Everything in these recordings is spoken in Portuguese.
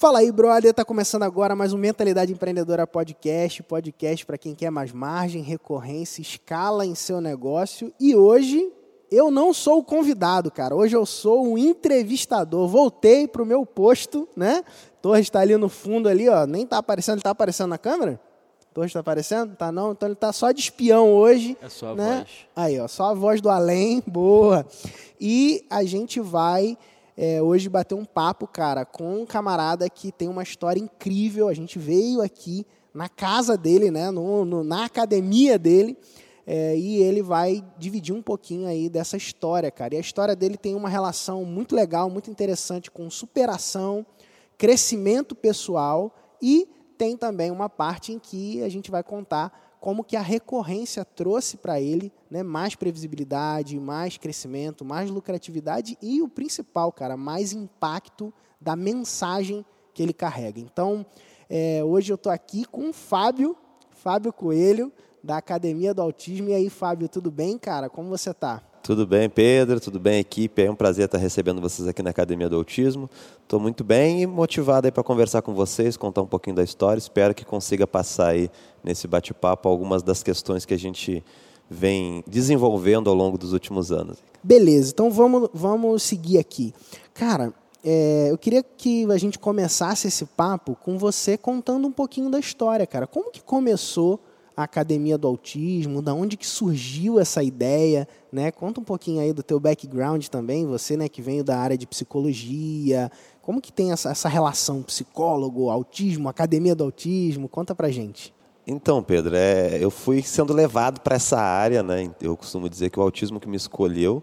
Fala aí, brother, tá começando agora mais um Mentalidade Empreendedora Podcast para quem quer mais margem, recorrência, escala em seu negócio. E hoje eu não sou o convidado, cara, hoje eu sou um entrevistador. Voltei pro meu posto, né? Torres está ali no fundo ali, ó, nem tá aparecendo, ele tá aparecendo na câmera? Torres está aparecendo? Tá não? Então ele tá só de espião hoje. É só a né? voz. Aí, ó, só a voz do além, boa. E a gente vai... hoje bater um papo, cara, com um camarada que tem uma história incrível. A gente veio aqui na casa dele, né, na academia dele, e ele vai dividir um pouquinho aí dessa história, cara. E a história dele tem uma relação muito legal, muito interessante com superação, crescimento pessoal, e tem também uma parte em que a gente vai contar como que a recorrência trouxe para ele, né, mais previsibilidade, mais crescimento, mais lucratividade e o principal, cara, mais impacto da mensagem que ele carrega. Então, hoje eu estou aqui com o Fábio Coelho, da Academia do Autismo. E aí, Fábio, tudo bem, cara? Como você está? Tudo bem, Pedro? Tudo bem, equipe? É um prazer estar recebendo vocês aqui na Academia do Autismo. Estou muito bem e motivado aí para conversar com vocês, contar um pouquinho da história. Espero que consiga passar aí nesse bate-papo algumas das questões que a gente vem desenvolvendo ao longo dos últimos anos. Beleza, então vamos seguir aqui. Cara, eu queria que a gente começasse esse papo com você contando um pouquinho da história, cara. Como que começou a Academia do Autismo? Da onde que surgiu essa ideia, né? Conta um pouquinho aí do teu background também, você, né, que veio da área de psicologia. Como que tem essa relação psicólogo, autismo, Academia do Autismo? Conta pra gente. Então, Pedro, eu fui sendo levado para essa área, né? Eu costumo dizer que o autismo que me escolheu.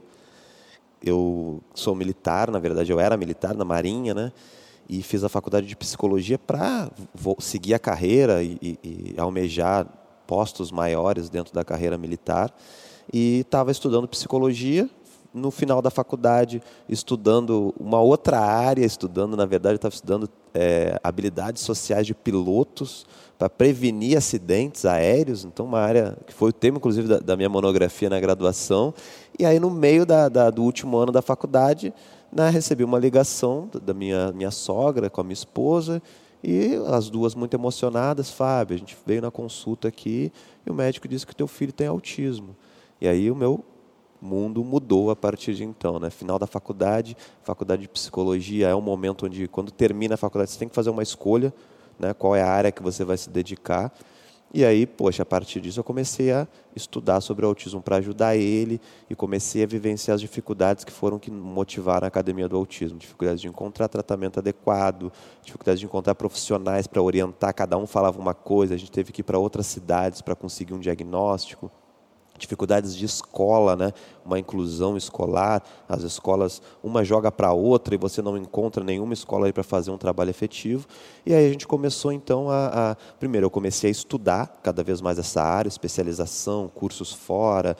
Eu sou militar, na verdade eu era militar na Marinha, né? E fiz a faculdade de psicologia para seguir a carreira e almejar postos maiores dentro da carreira militar. E estava estudando psicologia. No final da faculdade, estudando uma outra área, na verdade, estava estudando habilidades sociais de pilotos para prevenir acidentes aéreos. Então, uma área que foi o tema, inclusive, da minha monografia na graduação. E aí, no meio do último ano da faculdade, né, recebi uma ligação da minha sogra com a minha esposa, e as duas muito emocionadas: Fábio, a gente veio na consulta aqui e o médico disse que o teu filho tem autismo. E aí o meu mundo mudou a partir de então, né? Final da faculdade de psicologia é um momento onde, quando termina a faculdade, você tem que fazer uma escolha, né? Qual é a área que você vai se dedicar. E aí, poxa, a partir disso eu comecei a estudar sobre o autismo para ajudar ele e comecei a vivenciar as dificuldades que motivaram a Academia do Autismo. Dificuldades de encontrar tratamento adequado, dificuldades de encontrar profissionais para orientar, cada um falava uma coisa, a gente teve que ir para outras cidades para conseguir um diagnóstico. Dificuldades de escola, né? Uma inclusão escolar, as escolas, uma joga para a outra e você não encontra nenhuma escola aí para fazer um trabalho efetivo. E aí a gente começou então primeiro eu comecei a estudar cada vez mais essa área, especialização, cursos fora,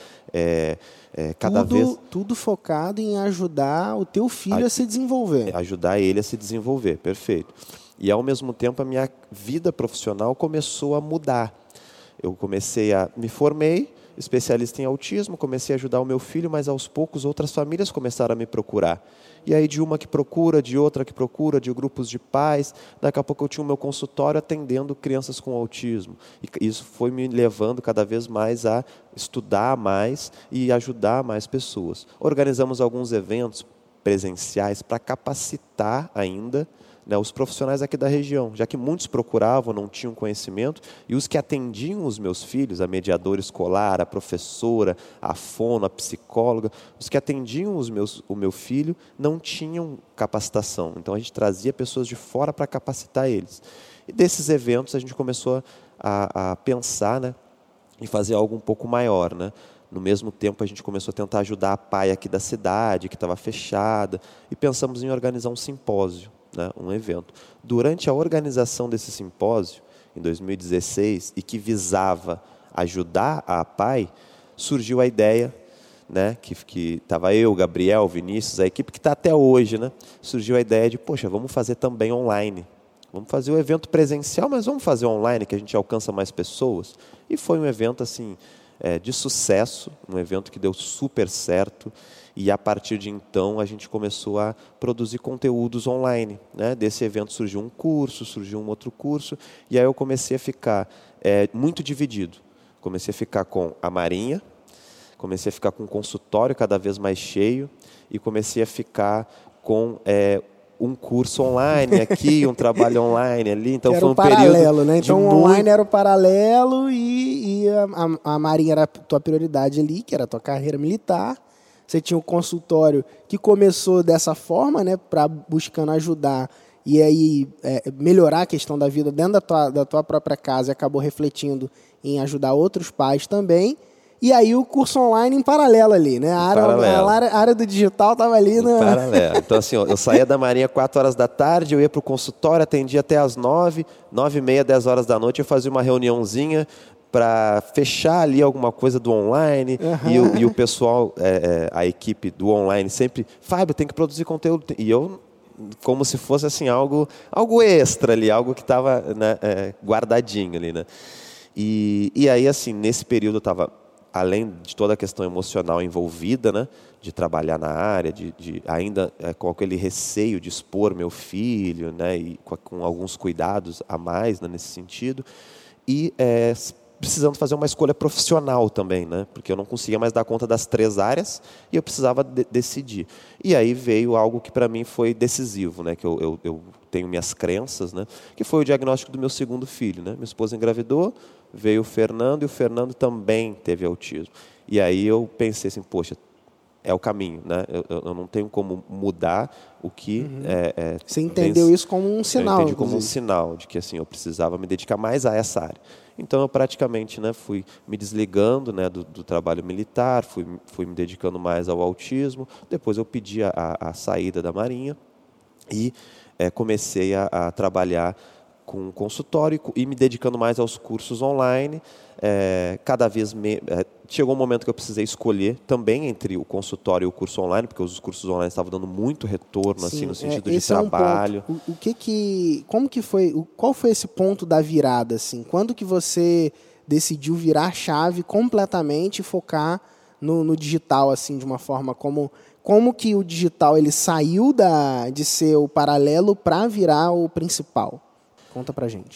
Tudo focado em ajudar o teu filho a se desenvolver. Ajudar ele a se desenvolver, perfeito. E ao mesmo tempo a minha vida profissional começou a mudar. Eu me formei, especialista em autismo, comecei a ajudar o meu filho, mas aos poucos outras famílias começaram a me procurar. E aí de uma que procura, de outra que procura, de grupos de pais, daqui a pouco eu tinha o meu consultório atendendo crianças com autismo. E isso foi me levando cada vez mais a estudar mais e ajudar mais pessoas. Organizamos alguns eventos presenciais para capacitar ainda, né, os profissionais aqui da região, já que muitos procuravam, não tinham conhecimento, e os que atendiam os meus filhos, a mediadora escolar, a professora, a fono, a psicóloga, os que atendiam o meu filho não tinham capacitação. Então a gente trazia pessoas de fora para capacitar eles. E desses eventos a gente começou a pensar, né, em fazer algo um pouco maior, né? No mesmo tempo a gente começou a tentar ajudar a PAI aqui da cidade, que estava fechada, e pensamos em organizar um simpósio, né, um evento. Durante a organização desse simpósio, em 2016, e que visava ajudar a PAI, surgiu a ideia, né, que estava eu, Gabriel, Vinícius, a equipe que está até hoje, né, surgiu a ideia de, poxa, vamos fazer também online. Vamos fazer o evento presencial, mas vamos fazer online, que a gente alcança mais pessoas. E foi um evento assim, de sucesso, um evento que deu super certo. E a partir de então a gente começou a produzir conteúdos online, né? Desse evento surgiu um curso, surgiu um outro curso, e aí eu comecei a ficar muito dividido. Comecei a ficar com a Marinha, comecei a ficar com um consultório cada vez mais cheio, e comecei a ficar com um curso online aqui, um trabalho online ali. Então era foi um paralelo, né? Então o online muito... era o paralelo e a Marinha era a tua prioridade ali, que era a tua carreira militar. Você tinha o consultório que começou dessa forma, né, buscando ajudar e aí melhorar a questão da vida dentro da tua própria casa, e acabou refletindo em ajudar outros pais também. E aí o curso online em paralelo ali, né? A área do digital estava ali no paralelo. Então, assim, eu saía da Marinha 4 horas da tarde, eu ia para o consultório, atendia até às 9, 9h30, 10 horas da noite, eu fazia uma reuniãozinha para fechar ali alguma coisa do online. Uhum. E o pessoal, a equipe do online sempre, Fábio, tem que produzir conteúdo. E eu, como se fosse assim, algo extra ali, algo que estava, né, guardadinho ali, né? E aí, assim, nesse período eu estava, além de toda a questão emocional envolvida, né, de trabalhar na área, de ainda com aquele receio de expor meu filho, né, e com alguns cuidados a mais, né, nesse sentido, e precisando fazer uma escolha profissional também, né, porque eu não conseguia mais dar conta das 3 áreas e eu precisava decidir. E aí veio algo que para mim foi decisivo, né, que eu tenho minhas crenças, né, que foi o diagnóstico do meu segundo filho, né. Minha esposa engravidou, veio o Fernando, e o Fernando também teve autismo. E aí eu pensei assim, poxa, é o caminho, né? Eu não tenho como mudar o que... Você entendeu isso como um sinal? Eu entendi como um sinal de que assim, eu precisava me dedicar mais a essa área. Então eu praticamente, né, fui me desligando, né, do trabalho militar, fui me dedicando mais ao autismo. Depois eu pedi a saída da Marinha e comecei a trabalhar com consultório e me dedicando mais aos cursos online. Cada vez chegou um momento que eu precisei escolher também entre o consultório e o curso online, porque os cursos online estavam dando muito retorno. Sim, assim, no sentido de trabalho. Como que foi? Qual foi esse ponto da virada? Assim? Quando que você decidiu virar a chave completamente e focar no digital, assim, de uma forma como que o digital ele saiu de ser o paralelo para virar o principal? Conta pra gente.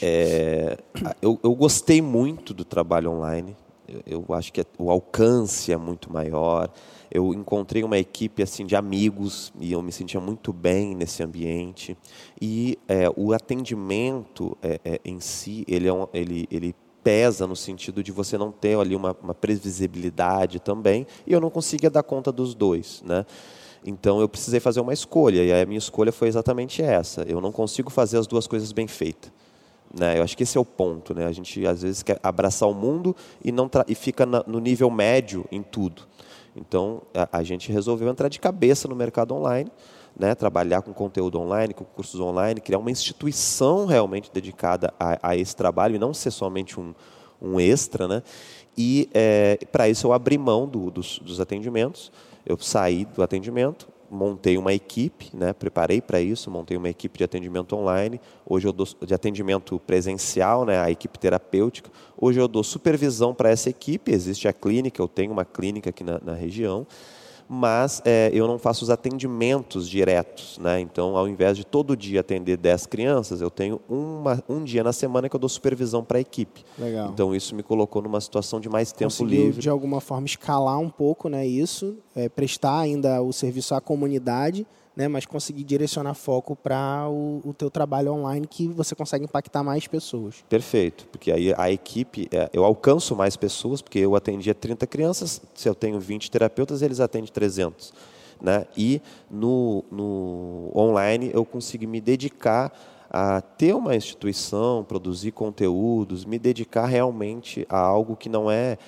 Eu gostei muito do trabalho online. Eu acho que o alcance é muito maior. Eu encontrei uma equipe assim de amigos e eu me sentia muito bem nesse ambiente. E o atendimento em si, ele pesa no sentido de você não ter ali uma previsibilidade também. E eu não conseguia dar conta dos dois, né? Então, eu precisei fazer uma escolha, e a minha escolha foi exatamente essa. Eu não consigo fazer as duas coisas bem feitas, né? Eu acho que esse é o ponto, né? A gente, às vezes, quer abraçar o mundo e fica no nível médio em tudo. Então, a gente resolveu entrar de cabeça no mercado online, né? Trabalhar com conteúdo online, com cursos online, criar uma instituição realmente dedicada a esse trabalho, e não ser somente um extra, né? E, para isso, eu abri mão dos atendimentos. Eu saí do atendimento, montei uma equipe, né, preparei para isso, montei uma equipe de atendimento online. Hoje eu dou de atendimento presencial, né, a equipe terapêutica. Hoje eu dou supervisão para essa equipe, existe a clínica, eu tenho uma clínica aqui na região, mas eu não faço os atendimentos diretos, né? Então, ao invés de todo dia atender 10 crianças, eu tenho um dia na semana que eu dou supervisão para a equipe. Legal. Então, isso me colocou numa situação de mais tempo Conseguiu, livre. De alguma forma, escalar um pouco, né, isso, prestar ainda o serviço à comunidade, né, mas conseguir direcionar foco para o teu trabalho online, que você consegue impactar mais pessoas. Perfeito, porque aí a equipe, eu alcanço mais pessoas, porque eu atendia 30 crianças, se eu tenho 20 terapeutas, eles atendem 300. Né? E no online eu consegui me dedicar a ter uma instituição, produzir conteúdos, me dedicar realmente a algo que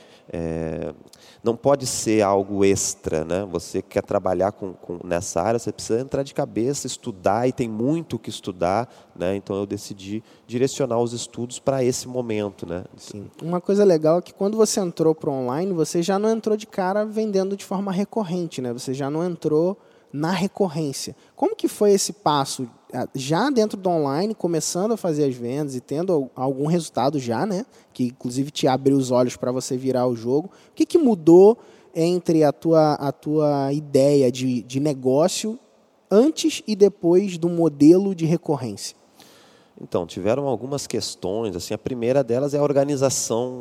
não pode ser algo extra, né? Você quer trabalhar nessa área, você precisa entrar de cabeça, estudar, e tem muito o que estudar, né? Então eu decidi direcionar os estudos para esse momento, né? Sim. Uma coisa legal é que quando você entrou para o online, você já não entrou de cara vendendo de forma recorrente, né? Você já não entrou na recorrência. Como que foi esse passo, já dentro do online, começando a fazer as vendas e tendo algum resultado já, né? Que inclusive te abriu os olhos para você virar o jogo. O que mudou entre a tua ideia de negócio antes e depois do modelo de recorrência? Então, tiveram algumas questões. Assim, a primeira delas é a organização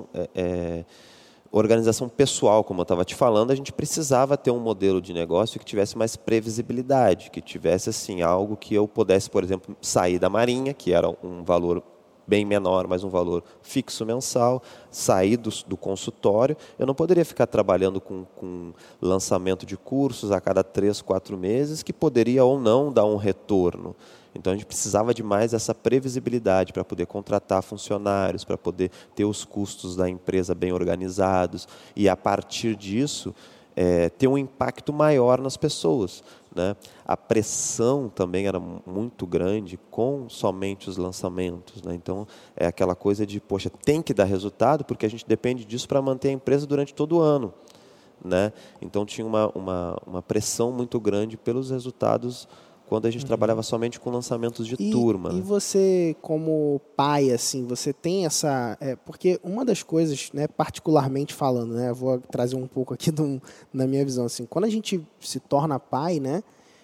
pessoal, como eu estava te falando. A gente precisava ter um modelo de negócio que tivesse mais previsibilidade, que tivesse assim algo que eu pudesse, por exemplo, sair da Marinha, que era um valor bem menor, mas um valor fixo mensal, sair do consultório. Eu não poderia ficar trabalhando com lançamento de cursos a cada 3, 4 meses, que poderia ou não dar um retorno. Então, a gente precisava de mais essa previsibilidade para poder contratar funcionários, para poder ter os custos da empresa bem organizados e, a partir disso, ter um impacto maior nas pessoas, né? A pressão também era muito grande com somente os lançamentos, né? Então, é aquela coisa de, poxa, tem que dar resultado, porque a gente depende disso para manter a empresa durante todo o ano, né? Então, tinha uma pressão muito grande pelos resultados quando a gente trabalhava somente com lançamentos de turma. E você, como pai, assim, você tem essa... porque uma das coisas, né, particularmente falando, né, eu vou trazer um pouco aqui na minha visão, assim, quando a gente se torna pai, né,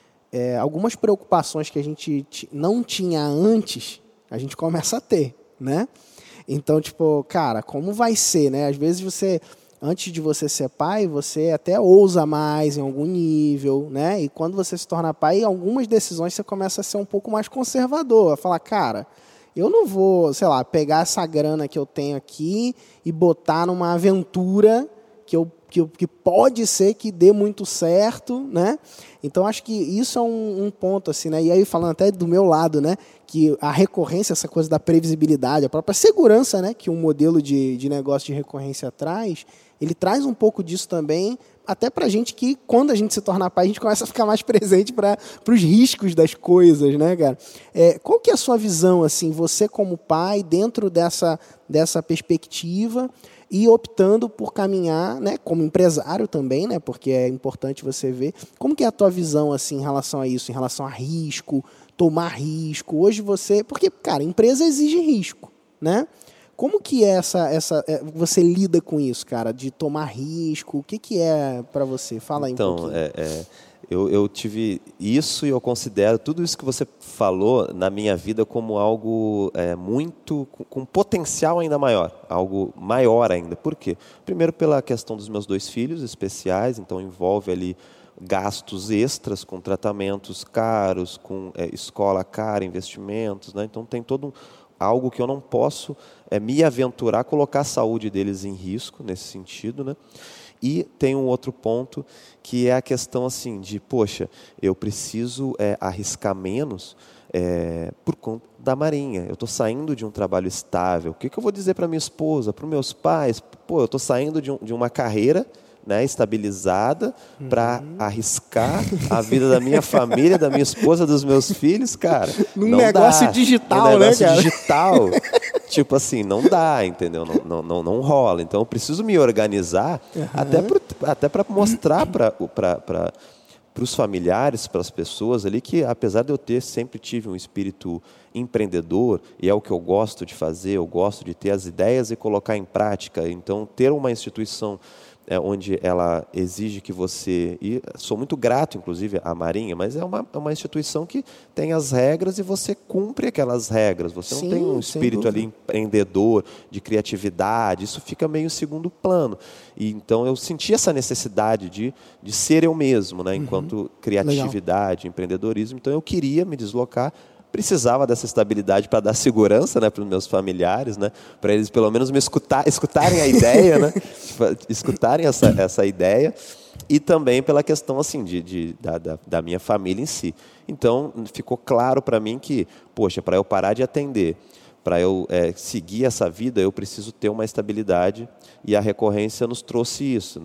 algumas preocupações que a gente não tinha antes, a gente começa a ter, né? Então, tipo, cara, como vai ser, né? Às vezes você... Antes de você ser pai, você até ousa mais em algum nível, né? E quando você se torna pai, algumas decisões você começa a ser um pouco mais conservador. A falar, cara, eu não vou, sei lá, pegar essa grana que eu tenho aqui e botar numa aventura que pode ser que dê muito certo, né? Então, acho que isso é um ponto, assim, né? E aí, falando até do meu lado, né? Que a recorrência, essa coisa da previsibilidade, a própria segurança, né? Que um modelo de negócio de recorrência traz, ele traz um pouco disso também, até para a gente que, quando a gente se torna pai, a gente começa a ficar mais presente para os riscos das coisas, né, cara? Qual que é a sua visão, assim, você como pai, dentro dessa perspectiva e optando por caminhar, né, como empresário também, né, porque é importante você ver, como que é a tua visão, assim, em relação a isso, em relação a risco, tomar risco? Hoje você... Porque, cara, empresa exige risco, né? Como que é você lida com isso, cara, de tomar risco? O que é para você? Fala aí um pouquinho. Eu tive isso e eu considero tudo isso que você falou na minha vida como algo muito com potencial ainda maior, algo maior ainda. Por quê? Primeiro pela questão dos meus 2 filhos especiais, então envolve ali gastos extras com tratamentos caros, com escola cara, investimentos, né? Então tem todo algo que eu não posso me aventurar a colocar a saúde deles em risco nesse sentido, né? E tem um outro ponto que é a questão assim de, poxa, eu preciso arriscar menos por conta da Marinha. Eu estou saindo de um trabalho estável. O que eu vou dizer para minha esposa, para os meus pais? Pô, eu estou saindo de uma carreira, né, estabilizada, para arriscar a vida da minha família, da minha esposa, dos meus filhos, cara. Num negócio digital, né, cara? Digital, tipo assim, não dá, entendeu? Não rola. Então, eu preciso me organizar até para mostrar para os familiares, para as pessoas ali, que apesar de eu sempre tive um espírito empreendedor, e é o que eu gosto de fazer, eu gosto de ter as ideias e colocar em prática. Então, ter uma instituição onde ela exige que você... E sou muito grato, inclusive, à Marinha, mas é uma instituição que tem as regras e você cumpre aquelas regras. Você não tem um espírito ali empreendedor, de criatividade, isso fica meio em segundo plano. E, então, eu senti essa necessidade de ser eu mesmo, né, enquanto criatividade, empreendedorismo. Então, eu queria me deslocar, precisava dessa estabilidade para dar segurança, né, para os meus familiares, né, para eles pelo menos me escutarem a ideia, né, escutarem essa ideia, e também pela questão assim da minha família em si. Então ficou claro para mim que, poxa, para eu parar de atender, para eu seguir essa vida, eu preciso ter uma estabilidade, e a recorrência nos trouxe isso,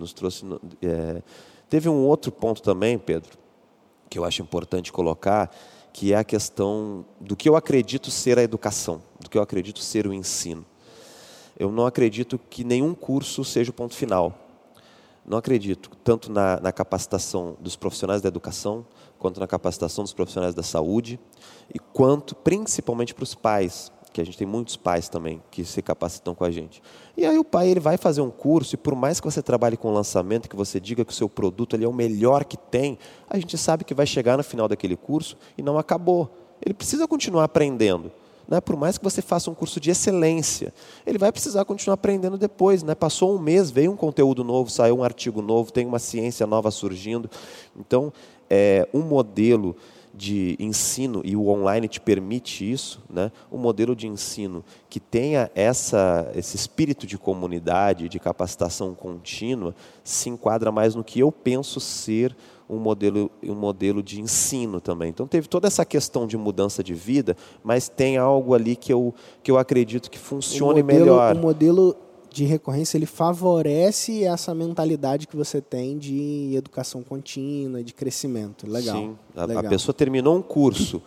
Teve um outro ponto também, Pedro, que eu acho importante colocar, que é a questão do que eu acredito ser a educação, do que eu acredito ser o ensino. Eu não acredito que nenhum curso seja o ponto final. Não acredito, tanto na capacitação dos profissionais da educação, quanto na capacitação dos profissionais da saúde, e quanto principalmente para os pais. que a gente tem muitos pais também que se capacitam com a gente. E aí o pai ele vai fazer um curso, e por mais que você trabalhe com lançamento, que você diga que o seu produto ali é o melhor que tem, a gente sabe que vai chegar no final daquele curso e não acabou. Ele precisa continuar aprendendo. Né? Por mais que você faça um curso de excelência, ele vai precisar continuar aprendendo depois. Né? Passou um mês, veio um conteúdo novo, saiu um artigo novo, tem uma ciência nova surgindo. Então, um modelo de ensino, e o online te permite isso, né? Um modelo de ensino que tenha esse espírito de comunidade, de capacitação contínua, se enquadra mais no que eu penso ser um modelo de ensino também. Então, teve toda essa questão de mudança de vida, mas tem algo ali que eu acredito que funcione melhor. O modelo de recorrência, ele favorece essa mentalidade que você tem de educação contínua, de crescimento. Legal. Sim, legal. A pessoa terminou um curso,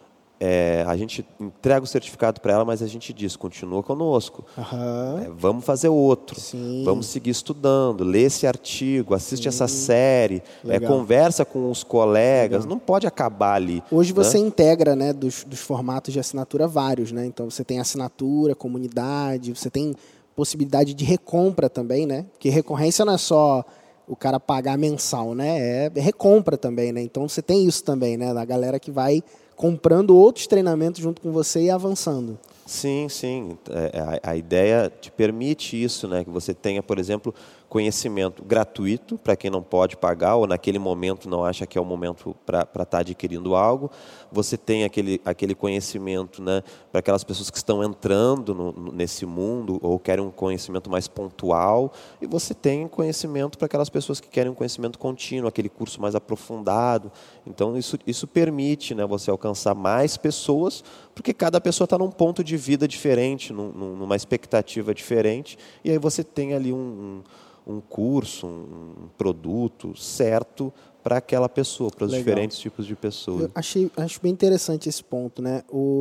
a gente entrega o certificado para ela, mas a gente diz, continua conosco. Vamos fazer outro. Sim. Vamos seguir estudando, lê esse artigo, assiste essa série, conversa com os colegas, não pode acabar ali. Hoje você integra, né, dos formatos de assinatura vários, né? Então você tem assinatura, comunidade, você tem possibilidade de recompra também, né? Porque recorrência não é só o cara pagar mensal, né? É recompra também, né? Então você tem isso também, né? Da galera que vai comprando outros treinamentos junto com você e avançando. Sim, sim. A ideia te permite isso, né? Que você tenha, por exemplo, conhecimento gratuito para quem não pode pagar ou naquele momento não acha que é o momento para estar adquirindo algo. Você tem aquele conhecimento, né, para aquelas pessoas que estão entrando nesse mundo ou querem um conhecimento mais pontual. E você tem conhecimento para aquelas pessoas que querem um conhecimento contínuo, aquele curso mais aprofundado. Então, isso permite, né, você alcançar mais pessoas, porque cada pessoa está num ponto de vida diferente, numa expectativa diferente. E aí você tem ali um curso, um produto certo para aquela pessoa, para os diferentes tipos de pessoas. Eu acho bem interessante esse ponto, né?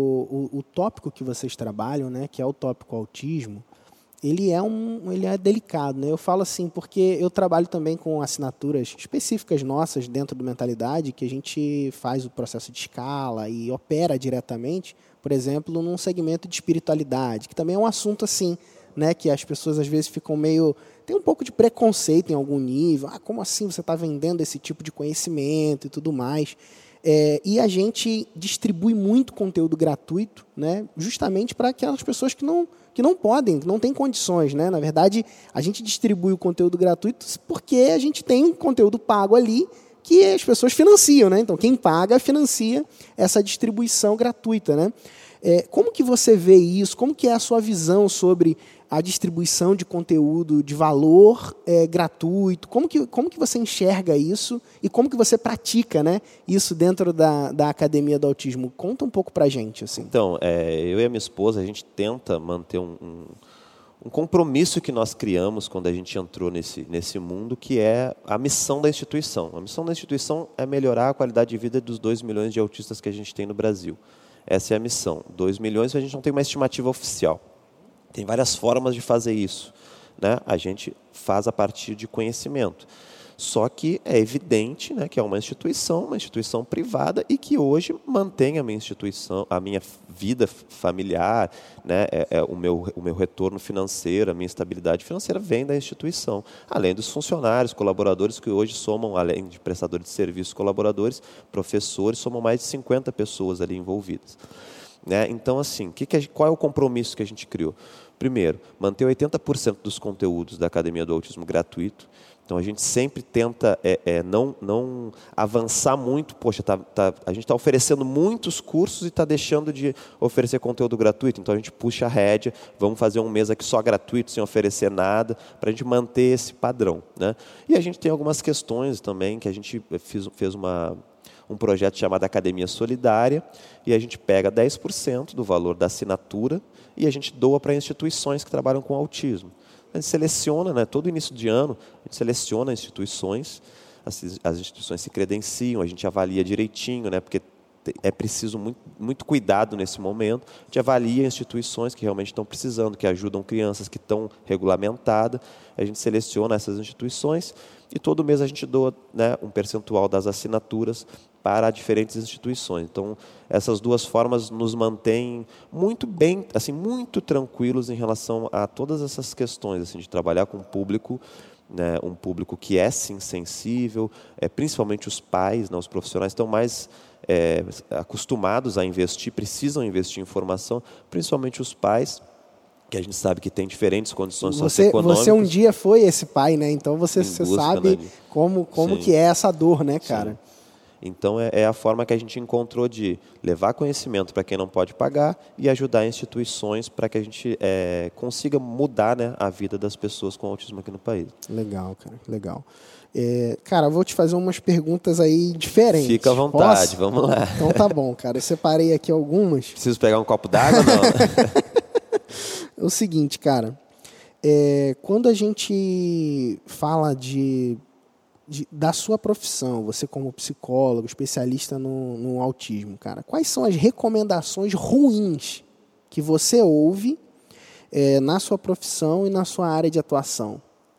O tópico que vocês trabalham, né, que é o tópico autismo, ele é delicado, né? Eu falo assim porque eu trabalho também com assinaturas específicas nossas dentro do Mentalidade, que a gente faz o processo de escala e opera diretamente, por exemplo, num segmento de espiritualidade, que também é um assunto assim, né, que as pessoas às vezes ficam tem um pouco de preconceito em algum nível. Como assim você está vendendo esse tipo de conhecimento e tudo mais? E a gente distribui muito conteúdo gratuito, né, justamente para aquelas pessoas que não podem, que não têm condições. Né? Na verdade, a gente distribui o conteúdo gratuito porque a gente tem um conteúdo pago ali que as pessoas financiam. Né? Então, quem paga financia essa distribuição gratuita. Né? Como que você vê isso? Como que é a sua visão sobre a distribuição de conteúdo de valor gratuito? Como que você enxerga isso e como que você pratica, né, isso dentro da Academia do Autismo? Conta um pouco para a gente. Assim. Então, eu e a minha esposa, a gente tenta manter um compromisso que nós criamos quando a gente entrou nesse mundo, que é a missão da instituição. A missão da instituição é melhorar a qualidade de vida dos 2 milhões de autistas que a gente tem no Brasil. Essa é a missão. 2 milhões, a gente não tem uma estimativa oficial. Tem várias formas de fazer isso. Né? A gente faz a partir de conhecimento. Só que é evidente, né, que é uma instituição privada e que hoje mantém a minha instituição, a minha vida familiar, né, o meu retorno financeiro, a minha estabilidade financeira vem da instituição. Além dos funcionários, colaboradores que hoje somam, além de prestadores de serviços, colaboradores, professores, somam mais de 50 pessoas ali envolvidas. Né? Então, assim, qual é o compromisso que a gente criou? Primeiro, manter 80% dos conteúdos da Academia do Autismo gratuito. Então, a gente sempre tenta não avançar muito. Poxa, a gente está oferecendo muitos cursos e está deixando de oferecer conteúdo gratuito. Então, a gente puxa a rédea, vamos fazer um mês aqui só gratuito, sem oferecer nada, para a gente manter esse padrão. Né? E a gente tem algumas questões também, que a gente fez um projeto chamado Academia Solidária, e a gente pega 10% do valor da assinatura e a gente doa para instituições que trabalham com autismo. A gente seleciona, né, todo início de ano, a gente seleciona instituições, as instituições se credenciam, a gente avalia direitinho, né, porque é preciso muito cuidado nesse momento. A gente avalia instituições que realmente estão precisando, que ajudam crianças que estão regulamentadas. A gente seleciona essas instituições e todo mês a gente doa, né, um percentual das assinaturas para diferentes instituições. Então, essas duas formas nos mantêm muito bem, assim, muito tranquilos em relação a todas essas questões, assim, de trabalhar com um público, né, um público que é sim sensível, principalmente os pais, né, os profissionais estão mais acostumados a investir, precisam investir em formação, principalmente os pais, que a gente sabe que tem diferentes condições socioeconômicas. Você um dia foi esse pai, né? Então você sabe, né, como que é essa dor, né, cara? Sim. Então é a forma que a gente encontrou de levar conhecimento para quem não pode pagar e ajudar instituições para que a gente consiga mudar, né, a vida das pessoas com autismo aqui no país. Legal, cara, legal. Cara, eu vou te fazer umas perguntas aí diferentes. Fica à vontade, Posso? vamos lá. Então tá bom, cara. Eu separei aqui algumas. Preciso pegar um copo d'água, não? É o seguinte, cara. Quando a gente fala da sua profissão, você como psicólogo, especialista no autismo, cara, quais são as recomendações ruins que você ouve na sua profissão e na sua área de atuação?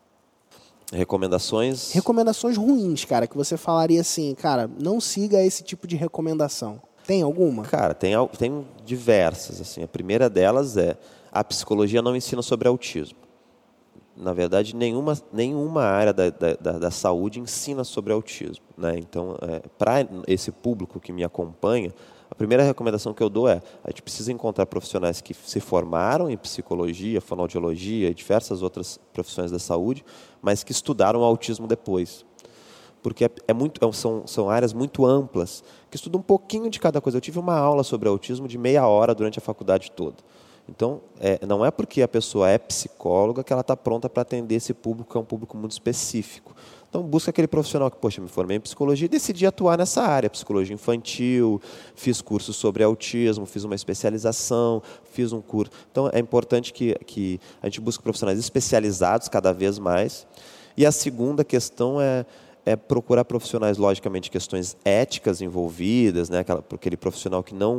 Recomendações? Recomendações ruins, cara, que você falaria assim, cara, não siga esse tipo de recomendação. Tem alguma? Cara, tem diversas. Assim. A primeira delas a psicologia não ensina sobre autismo. Na verdade, nenhuma área da saúde ensina sobre autismo, né? Então, para esse público que me acompanha, a primeira recomendação que eu dou a gente precisa encontrar profissionais que se formaram em psicologia, fonoaudiologia e diversas outras profissões da saúde, mas que estudaram o autismo depois. Porque são áreas muito amplas, que estudam um pouquinho de cada coisa. Eu tive uma aula sobre autismo de meia hora durante a faculdade toda. Então, não é porque a pessoa é psicóloga que ela está pronta para atender esse público, que é um público muito específico. Então, busca aquele profissional que, poxa, me formei em psicologia e decidi atuar nessa área, psicologia infantil, fiz cursos sobre autismo, fiz uma especialização, fiz um curso. Então, é importante que a gente busque profissionais especializados cada vez mais. E a segunda questão é procurar profissionais, logicamente, questões éticas envolvidas, né? Aquele profissional que não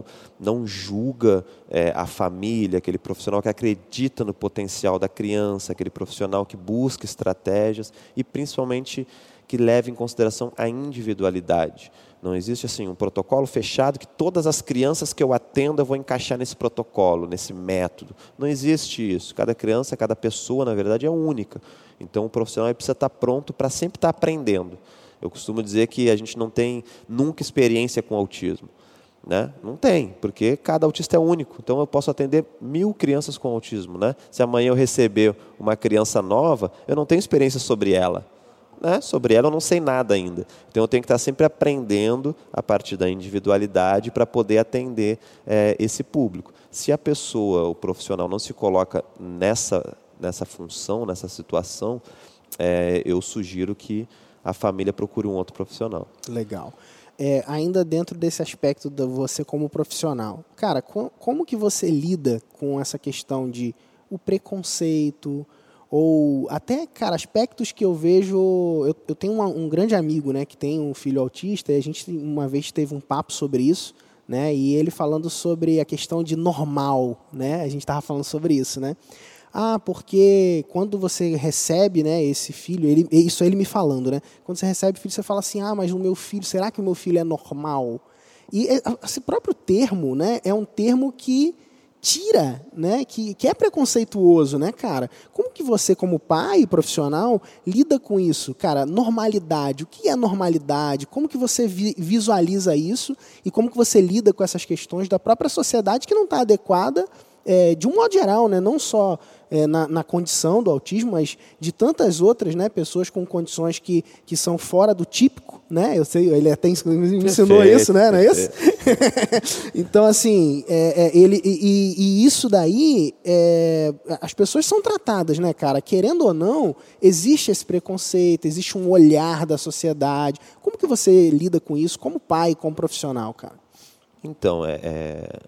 julga a família, aquele profissional que acredita no potencial da criança, aquele profissional que busca estratégias e, principalmente, que leve em consideração a individualidade. Não existe assim um protocolo fechado que todas as crianças que eu atendo eu vou encaixar nesse protocolo, nesse método. Não existe isso. Cada criança, cada pessoa, na verdade, é única. Então, o profissional precisa estar pronto para sempre estar aprendendo. Eu costumo dizer que a gente não tem nunca experiência com autismo, né? Não tem, porque cada autista é único. Então, eu posso atender 1000 crianças com autismo, né? Se amanhã eu receber uma criança nova, eu não tenho experiência sobre ela. Né? Sobre ela eu não sei nada ainda. Então, eu tenho que estar sempre aprendendo a partir da individualidade para poder atender esse público. Se a pessoa, o profissional, não se coloca nessa função, nessa situação, eu sugiro que a família procure um outro profissional. Legal. Ainda dentro desse aspecto de você como profissional, cara, como que você lida com essa questão de o preconceito ou até, cara, aspectos que eu vejo... Eu tenho um grande amigo, né, que tem um filho autista e a gente uma vez teve um papo sobre isso, né, e ele falando sobre a questão de normal, né, a gente estava falando sobre isso, né. Porque quando você recebe, né, esse filho, isso ele me falando, né? Quando você recebe filho, você fala assim, mas o meu filho, será que o meu filho é normal? E esse próprio termo, né, é um termo que tira, né, que é preconceituoso, né, cara? Como que você, como pai profissional, lida com isso? Cara, normalidade, o que é normalidade? Como que você visualiza isso? E como que você lida com essas questões da própria sociedade que não está adequada, de um modo geral, né, não só na condição do autismo, mas de tantas outras, né, pessoas com condições que são fora do típico, né? Eu sei, ele até me ensinou isso, né? Não é isso? Então, assim, isso daí, as pessoas são tratadas, né, cara? Querendo ou não, existe esse preconceito, existe um olhar da sociedade. Como que você lida com isso como pai, como profissional, cara? Então,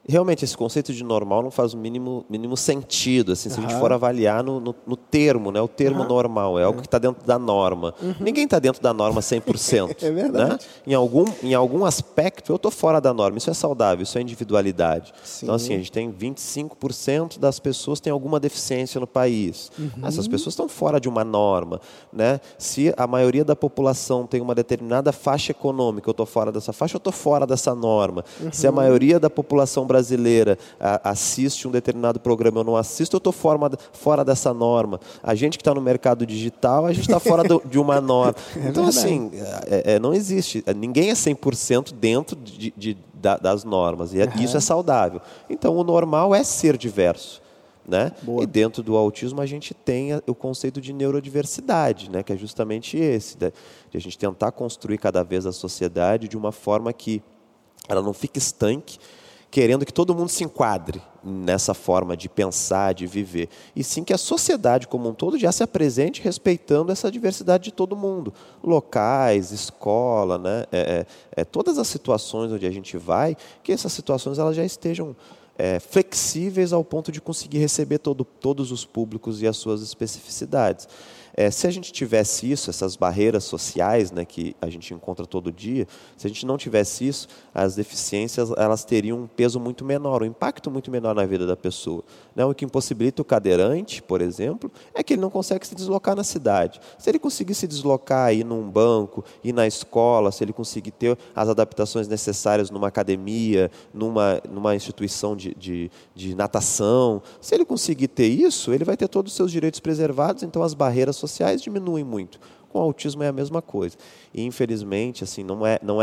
realmente esse conceito de normal não faz o mínimo sentido, assim, se a gente for avaliar no termo, né? O termo normal é algo que está dentro da norma. Ninguém está dentro da norma 100%. É verdade. Né? Em algum aspecto eu estou fora da norma. Isso é saudável, isso é individualidade. Sim. Então, assim, a gente tem 25% das pessoas têm alguma deficiência no país. Essas pessoas estão fora de uma norma. Né? Se a maioria da população tem uma determinada faixa econômica, eu estou fora dessa faixa, eu estou fora dessa norma. Se a maioria da população brasileira assiste um determinado programa, eu não assisto, eu estou fora dessa norma. A gente que está no mercado digital, a gente está fora de uma norma. Então, assim, não existe. Ninguém é 100% dentro das normas. E isso é saudável. Então, o normal é ser diverso. Né? E dentro do autismo a gente tem o conceito de neurodiversidade, né? Que é justamente esse, de a gente tentar construir cada vez a sociedade de uma forma que ela não fique estanque, querendo que todo mundo se enquadre nessa forma de pensar, de viver. E sim que a sociedade como um todo já se apresente respeitando essa diversidade de todo mundo. Locais, escola, né? Todas as situações onde a gente vai, que essas situações elas já estejam flexíveis ao ponto de conseguir receber todos os públicos e as suas especificidades. Se a gente tivesse isso, essas barreiras sociais, né, que a gente encontra todo dia, se a gente não tivesse isso, as deficiências elas teriam um peso muito menor, um impacto muito menor na vida da pessoa. Né? O que impossibilita o cadeirante, por exemplo, é que ele não consegue se deslocar na cidade. Se ele conseguir se deslocar, ir num banco, ir na escola, se ele conseguir ter as adaptações necessárias numa academia, numa instituição de natação, se ele conseguir ter isso, ele vai ter todos os seus direitos preservados, então as barreiras sociais diminuem muito. Com o autismo é a mesma coisa. E, infelizmente, assim, não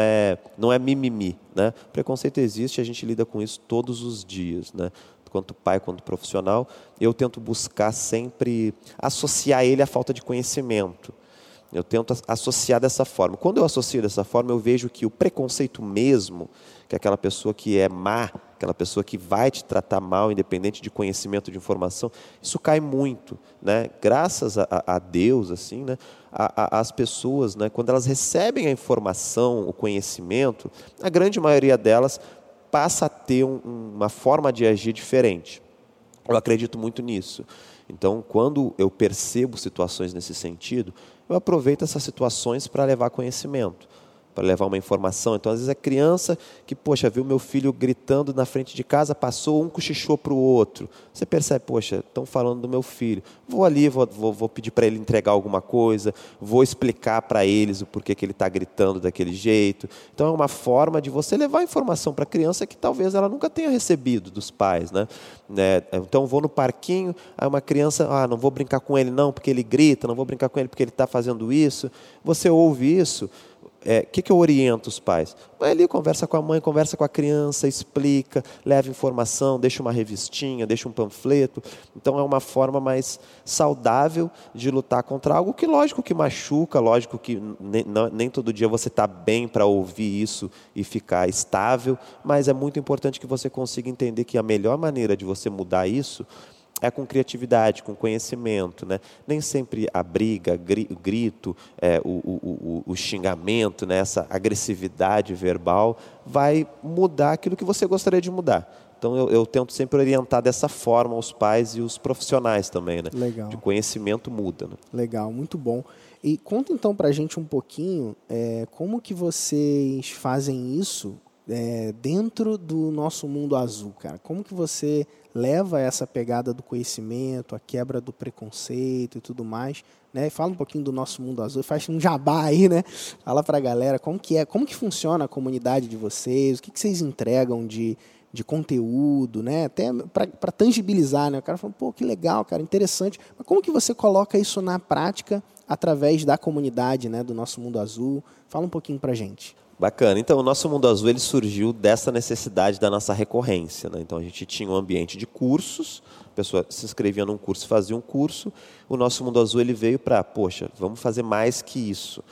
é mimimi. Né? O preconceito existe, a gente lida com isso todos os dias. Né? Quanto pai, quanto profissional, eu tento buscar sempre associar ele à falta de conhecimento. Eu tento associar dessa forma. Quando eu associo dessa forma, eu vejo que o preconceito mesmo, que é aquela pessoa que é má, aquela pessoa que vai te tratar mal, independente de conhecimento, de informação, isso cai muito. Né? Graças a Deus, assim, né? As pessoas, né? Quando elas recebem a informação, o conhecimento, a grande maioria delas passa a ter uma forma de agir diferente. Eu acredito muito nisso. Então, quando eu percebo situações nesse sentido, eu aproveito essas situações para levar conhecimento, para levar uma informação. Então, às vezes, a criança que, poxa, viu meu filho gritando na frente de casa, passou, um cochichou para o outro. Você percebe, poxa, estão falando do meu filho. Vou ali, vou pedir para ele entregar alguma coisa, vou explicar para eles o porquê que ele está gritando daquele jeito. Então, é uma forma de você levar informação para a criança que talvez ela nunca tenha recebido dos pais. Né? Então, vou no parquinho, aí uma criança, não vou brincar com ele não, porque ele grita, não vou brincar com ele porque ele está fazendo isso. Você ouve isso. O que eu oriento os pais? Vai ali, conversa com a mãe, conversa com a criança, explica, leva informação, deixa uma revistinha, deixa um panfleto. Então, é uma forma mais saudável de lutar contra algo que, lógico, que machuca, lógico que nem todo dia você está bem para ouvir isso e ficar estável, mas é muito importante que você consiga entender que a melhor maneira de você mudar isso é com criatividade, com conhecimento. Né? Nem sempre a briga, o grito, o xingamento, né? Essa agressividade verbal vai mudar aquilo que você gostaria de mudar. Então, eu tento sempre orientar dessa forma os pais e os profissionais também. Né? Legal. De conhecimento muda. Né? Legal, muito bom. E conta então para a gente um pouquinho como que vocês fazem isso dentro do nosso mundo azul, cara. Como que você leva essa pegada do conhecimento, a quebra do preconceito e tudo mais, né? Fala um pouquinho do nosso mundo azul, faz um jabá aí, né? Fala pra galera como que funciona a comunidade de vocês, o que vocês entregam de conteúdo, né? Até para tangibilizar, né? O cara fala, pô, que legal, cara, interessante. Mas como que você coloca isso na prática através da comunidade, né, do nosso mundo azul? Fala um pouquinho pra gente. Bacana. Então, o nosso Mundo Azul ele surgiu dessa necessidade da nossa recorrência. Né? Então, a gente tinha um ambiente de cursos, a pessoa se inscrevia num curso, fazia um curso. O nosso Mundo Azul ele veio para, poxa, vamos fazer mais que isso.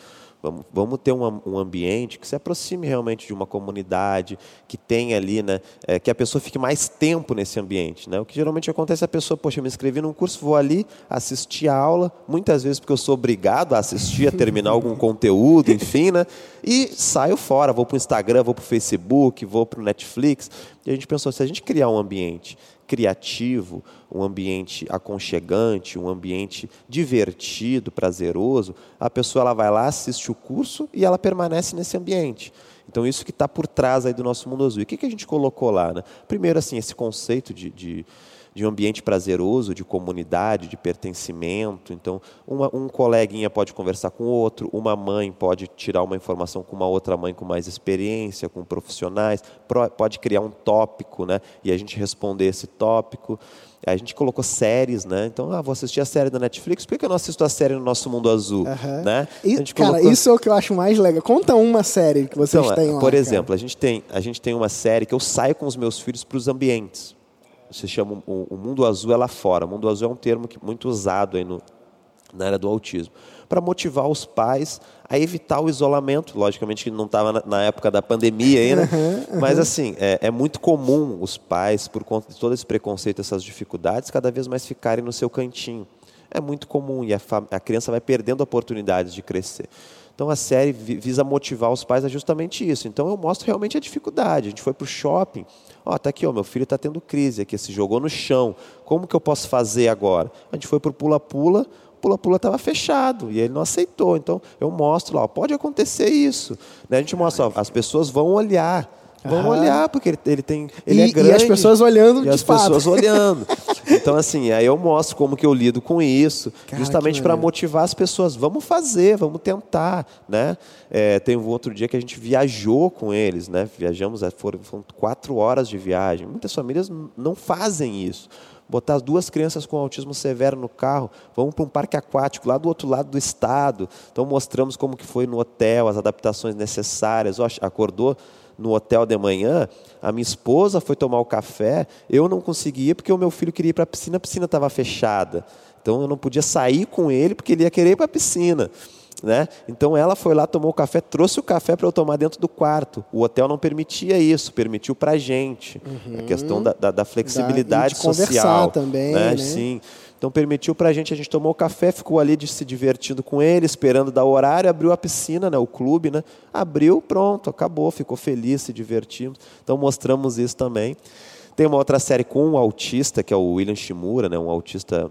Vamos ter um ambiente que se aproxime realmente de uma comunidade, que tenha ali, né, que a pessoa fique mais tempo nesse ambiente. Né? O que geralmente acontece é a pessoa, poxa, eu me inscrevi num curso, vou ali assistir a aula, muitas vezes porque eu sou obrigado a assistir, a terminar algum conteúdo, enfim, né? E saio fora, vou para o Instagram, vou para o Facebook, vou para o Netflix. E a gente pensou, se a gente criar um ambiente criativo, um ambiente aconchegante, um ambiente divertido, prazeroso, a pessoa ela vai lá, assiste o curso e ela permanece nesse ambiente. Então, isso que está por trás aí do nosso Mundo Azul. E o que a gente colocou lá? Né? Primeiro, assim, esse conceito de um ambiente prazeroso, de comunidade, de pertencimento. Então, um coleguinha pode conversar com o outro, uma mãe pode tirar uma informação com uma outra mãe com mais experiência, com profissionais, pode criar um tópico, né? E a gente responder esse tópico. A gente colocou séries, né? Então, vou assistir a série da Netflix, por que eu não assisto a série no nosso Mundo Azul? Uhum. Né? E, cara, isso é o que eu acho mais legal. Conta uma série que vocês têm lá. Por exemplo, a gente tem uma série que eu saio com os meus filhos para os ambientes. Se chama o Mundo Azul é lá fora. O Mundo Azul é um termo muito usado aí na área do autismo, para motivar os pais a evitar o isolamento. Logicamente que não estava na época da pandemia ainda, mas assim, é muito comum os pais, por conta de todo esse preconceito, essas dificuldades, cada vez mais ficarem no seu cantinho. É muito comum e a criança vai perdendo oportunidades de crescer. Então, a série visa motivar os pais a justamente isso. Então, eu mostro realmente a dificuldade. A gente foi para o shopping. Tá aqui, meu filho está tendo crise aqui, se jogou no chão. Como que eu posso fazer agora? A gente foi para o pula-pula. O pula-pula estava fechado e ele não aceitou. Então, eu mostro lá, pode acontecer isso. Né? A gente mostra, as pessoas vão olhar. Vão olhar, porque ele é grande. E as pessoas olhando de fato. pessoas olhando. Então, assim, aí eu mostro como que eu lido com isso, justamente para motivar as pessoas. Vamos fazer, vamos tentar, né? Tem um outro dia que a gente viajou com eles, né? Viajamos, foram 4 horas de viagem. Muitas famílias não fazem isso. Botar as 2 crianças com autismo severo no carro, vamos para um parque aquático lá do outro lado do estado. Então, mostramos como que foi no hotel, as adaptações necessárias. Acordou no hotel de manhã, a minha esposa foi tomar o café, eu não conseguia porque o meu filho queria ir para a piscina estava fechada. Então, eu não podia sair com ele porque ele ia querer ir para a piscina. Né? Então, ela foi lá, tomou o café, trouxe o café para eu tomar dentro do quarto. O hotel não permitia isso, permitiu para a gente. A questão da flexibilidade social. Também, né? Né? Sim. Então, permitiu para a gente tomou o café, ficou ali se divertindo com ele, esperando dar o horário, abriu a piscina, né, o clube, né? Abriu, pronto, acabou, ficou feliz, se divertimos. Então, mostramos isso também. Tem uma outra série com um autista, que é o William Shimura, né, um autista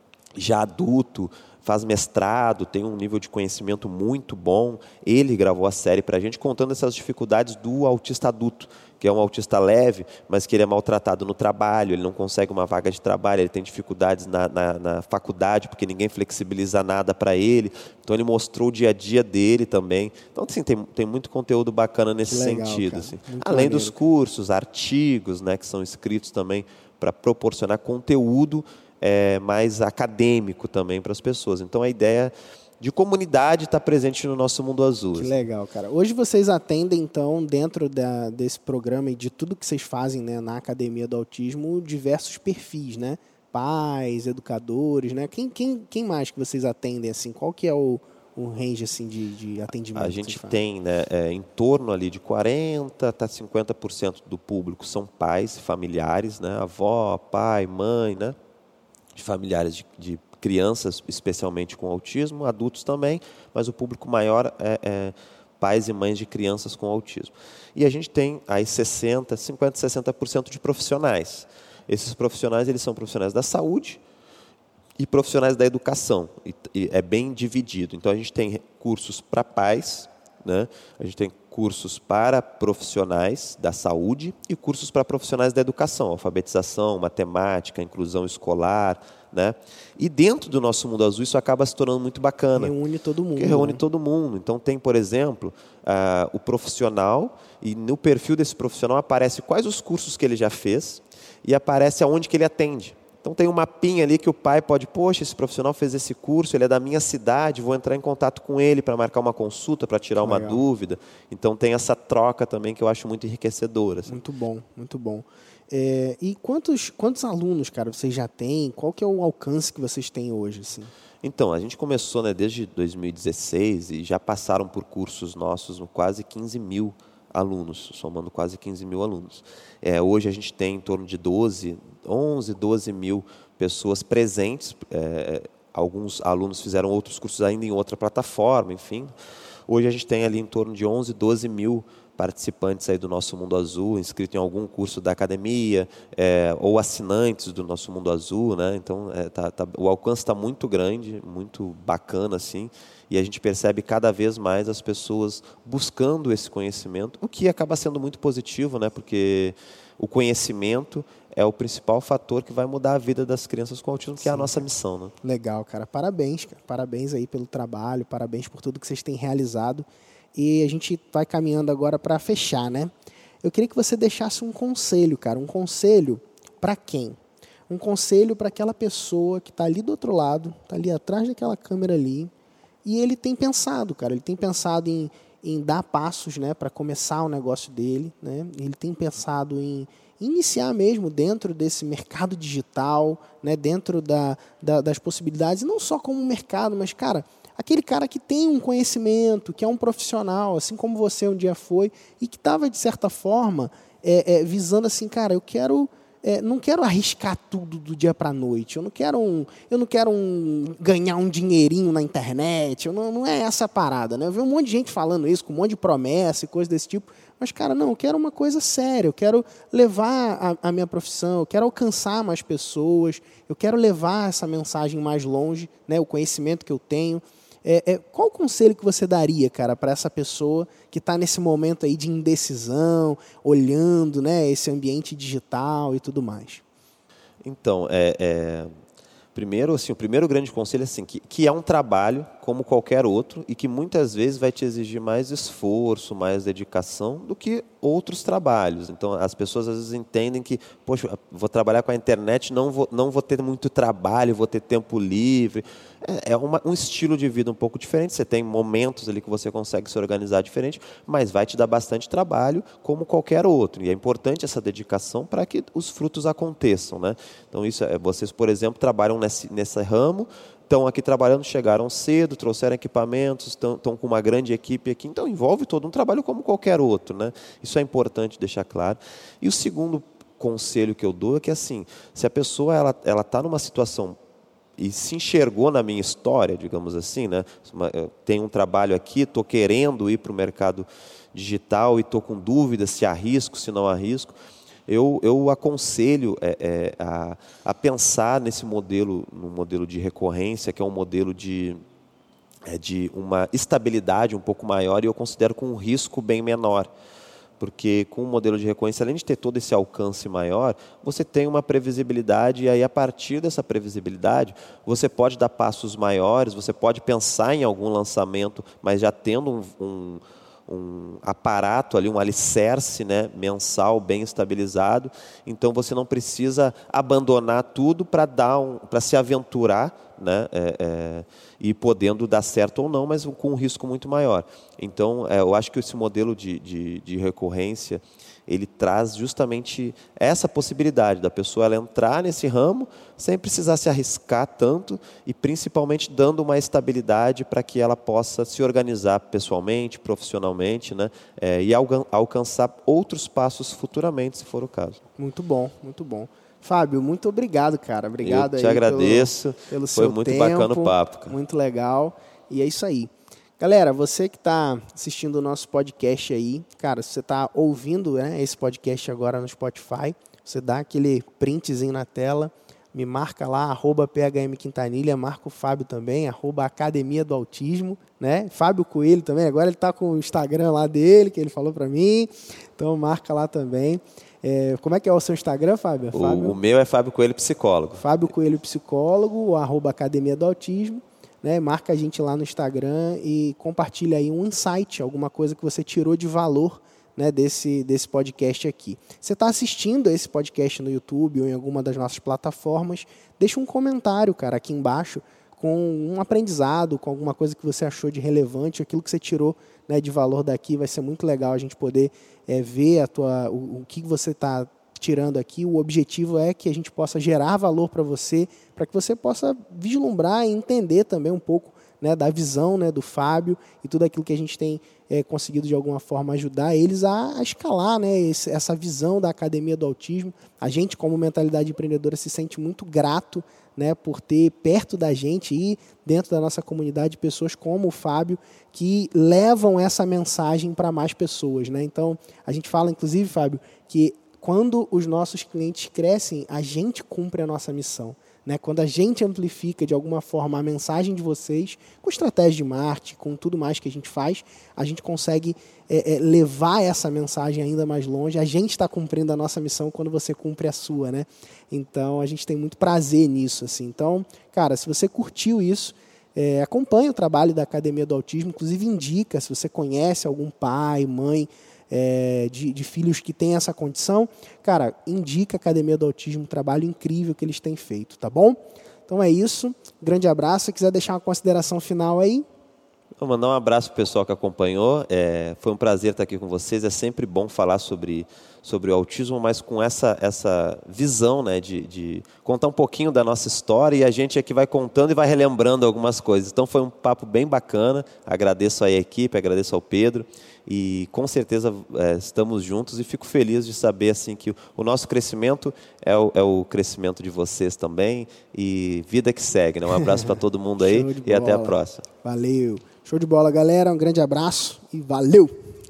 já adulto, faz mestrado, tem um nível de conhecimento muito bom. Ele gravou a série para a gente, contando essas dificuldades do autista adulto, que é um autista leve, mas que ele é maltratado no trabalho, ele não consegue uma vaga de trabalho, ele tem dificuldades na faculdade, porque ninguém flexibiliza nada para ele. Então, ele mostrou o dia a dia dele também. Então, assim, tem muito conteúdo bacana nesse sentido. Assim. Além dos cursos, artigos, né, que são escritos também para proporcionar conteúdo mais acadêmico também para as pessoas. Então, a ideia de comunidade está presente no nosso Mundo Azul. Que legal, cara. Hoje vocês atendem, então, dentro desse programa e de tudo que vocês fazem, né, na Academia do Autismo, diversos perfis, né? Pais, educadores, né? Quem mais que vocês atendem, assim? Qual que é o range, assim, de atendimento? A gente tem, né, em torno ali de 40% a 50% do público são pais, familiares, né? Avó, pai, mãe, né? De familiares de crianças, especialmente com autismo, adultos também, mas o público maior é pais e mães de crianças com autismo. E a gente tem aí 50%, 60% de profissionais. Esses profissionais, eles são profissionais da saúde e profissionais da educação. E é bem dividido. Então, a gente tem cursos para pais, né? A gente tem cursos para profissionais da saúde e cursos para profissionais da educação, alfabetização, matemática, inclusão escolar, né? E dentro do nosso Mundo Azul isso acaba se tornando muito bacana. Reúne todo mundo. Porque reúne todo mundo. Então tem, por exemplo, o profissional, e no perfil desse profissional aparece quais os cursos que ele já fez e aparece aonde que ele atende. Então tem um mapinha ali que o pai pode, poxa, esse profissional fez esse curso, ele é da minha cidade, vou entrar em contato com ele para marcar uma consulta, para tirar uma dúvida. Então tem essa troca também que eu acho muito enriquecedora. Assim. Muito bom, muito bom. E quantos alunos, cara, vocês já têm? Qual que é o alcance que vocês têm hoje? Assim? Então, a gente começou, né, desde 2016 e já passaram por cursos nossos quase 15 mil alunos, somando quase 15 mil alunos. Hoje a gente tem em torno de 12 mil pessoas presentes. Alguns alunos fizeram outros cursos ainda em outra plataforma, enfim. Hoje a gente tem ali em torno de 11, 12 mil participantes aí do Nosso Mundo Azul, inscritos em algum curso da academia, ou assinantes do Nosso Mundo Azul, né? Então, o alcance está muito grande, muito bacana, assim, e a gente percebe cada vez mais as pessoas buscando esse conhecimento, o que acaba sendo muito positivo, né? Porque o conhecimento é o principal fator que vai mudar a vida das crianças com autismo, que é a nossa missão, né? Legal, cara. Parabéns, cara. Parabéns aí pelo trabalho, parabéns por tudo que vocês têm realizado. E a gente vai caminhando agora para fechar, né? Eu queria que você deixasse um conselho, cara. Um conselho para quem? Um conselho para aquela pessoa que está ali do outro lado, está ali atrás daquela câmera ali, e ele tem pensado, cara. Ele tem pensado em dar passos, né, para começar o negócio dele, né? Ele tem pensado em iniciar mesmo dentro desse mercado digital, né, dentro das possibilidades, não só como mercado, mas, cara, aquele cara que tem um conhecimento, que é um profissional, assim como você um dia foi, e que estava, de certa forma, visando assim, cara, não quero arriscar tudo do dia para a noite, eu não quero ganhar um dinheirinho na internet, não é essa a parada, né? Eu vejo um monte de gente falando isso, com um monte de promessa e coisa desse tipo, mas, cara, não, eu quero uma coisa séria, eu quero levar a minha profissão, eu quero alcançar mais pessoas, eu quero levar essa mensagem mais longe, né, o conhecimento que eu tenho. Qual o conselho que você daria, cara, para essa pessoa que está nesse momento aí de indecisão, olhando, né, esse ambiente digital e tudo mais? Então, primeiro, assim, o primeiro grande conselho é assim, que é um trabalho como qualquer outro e que muitas vezes vai te exigir mais esforço, mais dedicação do que outros trabalhos. Então, as pessoas às vezes entendem que, poxa, vou trabalhar com a internet, não vou ter muito trabalho, vou ter tempo livre. Um estilo de vida um pouco diferente. Você tem momentos ali que você consegue se organizar diferente, mas vai te dar bastante trabalho como qualquer outro. E é importante essa dedicação para que os frutos aconteçam, né? Então, vocês, por exemplo, trabalham nesse ramo, estão aqui trabalhando, chegaram cedo, trouxeram equipamentos, estão com uma grande equipe aqui, então envolve todo um trabalho como qualquer outro, né? Isso é importante deixar claro. E o segundo conselho que eu dou é que, assim, se a pessoa ela está numa situação e se enxergou na minha história, digamos assim, né? Eu tenho um trabalho aqui, estou querendo ir para o mercado digital e estou com dúvidas se arrisco, se não arrisco. Eu aconselho a pensar no modelo de recorrência, que é um modelo de uma estabilidade um pouco maior, e eu considero com um risco bem menor. Porque com o modelo de recorrência, além de ter todo esse alcance maior, você tem uma previsibilidade, e aí a partir dessa previsibilidade, você pode dar passos maiores, você pode pensar em algum lançamento, mas já tendo um aparato ali, um alicerce, né, mensal bem estabilizado. Então você não precisa abandonar tudo para se aventurar, né, e podendo dar certo ou não, mas com um risco muito maior. Então eu acho que esse modelo de recorrência, ele traz justamente essa possibilidade da pessoa ela entrar nesse ramo sem precisar se arriscar tanto e principalmente dando uma estabilidade para que ela possa se organizar pessoalmente, profissionalmente, né, e alcançar outros passos futuramente, se for o caso. Muito bom, muito bom. Fábio, muito obrigado, cara. Obrigado. Eu te agradeço. Pelo seu tempo. Foi muito bacana o papo, cara. Muito legal. E é isso aí. Galera, você que está assistindo o nosso podcast aí, cara, se você está ouvindo, né, esse podcast agora no Spotify, você dá aquele printzinho na tela, me marca lá, @PHMQuintanilha, marca o Fábio também, @Academia do Autismo, né? Fábio Coelho também, agora ele está com o Instagram lá dele, que ele falou para mim, então marca lá também. Como é que é o seu Instagram, Fábio? O meu é Fábio Coelho Psicólogo. Fábio Coelho Psicólogo, @Academia do Autismo. Né, marca a gente lá no Instagram e compartilha aí um insight, alguma coisa que você tirou de valor, né, desse podcast aqui. Você está assistindo esse podcast no YouTube ou em alguma das nossas plataformas, deixa um comentário, cara, aqui embaixo com um aprendizado, com alguma coisa que você achou de relevante, aquilo que você tirou, né, de valor daqui. Vai ser muito legal a gente poder ver o que você está tirando aqui. O objetivo é que a gente possa gerar valor para você, para que você possa vislumbrar e entender também um pouco, né, da visão, né, do Fábio e tudo aquilo que a gente tem conseguido de alguma forma ajudar eles a escalar, né, essa visão da Academia do Autismo. A gente, como Mentalidade Empreendedora, se sente muito grato, né, por ter perto da gente e dentro da nossa comunidade pessoas como o Fábio que levam essa mensagem para mais pessoas, né? Então, a gente fala, inclusive, Fábio, que quando os nossos clientes crescem, a gente cumpre a nossa missão. Né? Quando a gente amplifica de alguma forma a mensagem de vocês, com estratégia de marketing, com tudo mais que a gente faz, a gente consegue levar essa mensagem ainda mais longe. A gente está cumprindo a nossa missão quando você cumpre a sua, né? Então, a gente tem muito prazer nisso. Assim. Então, cara, se você curtiu isso, acompanhe o trabalho da Academia do Autismo, inclusive indica, se você conhece algum pai, mãe, de filhos que têm essa condição, cara, indica a Academia do Autismo, um trabalho incrível que eles têm feito, tá bom? Então é isso, grande abraço. Se quiser deixar uma consideração final aí. Vou mandar um abraço para o pessoal que acompanhou. Foi um prazer estar aqui com vocês. É sempre bom falar sobre o autismo, mas com essa visão, né, de contar um pouquinho da nossa história, e a gente aqui vai contando e vai relembrando algumas coisas. Então foi um papo bem bacana. Agradeço aí a equipe, agradeço ao Pedro. E com certeza estamos juntos e fico feliz de saber assim, que o nosso crescimento é o crescimento de vocês também. E vida que segue. Né? Um abraço para todo mundo aí e até a próxima. Valeu. Show de bola, galera. Um grande abraço e valeu!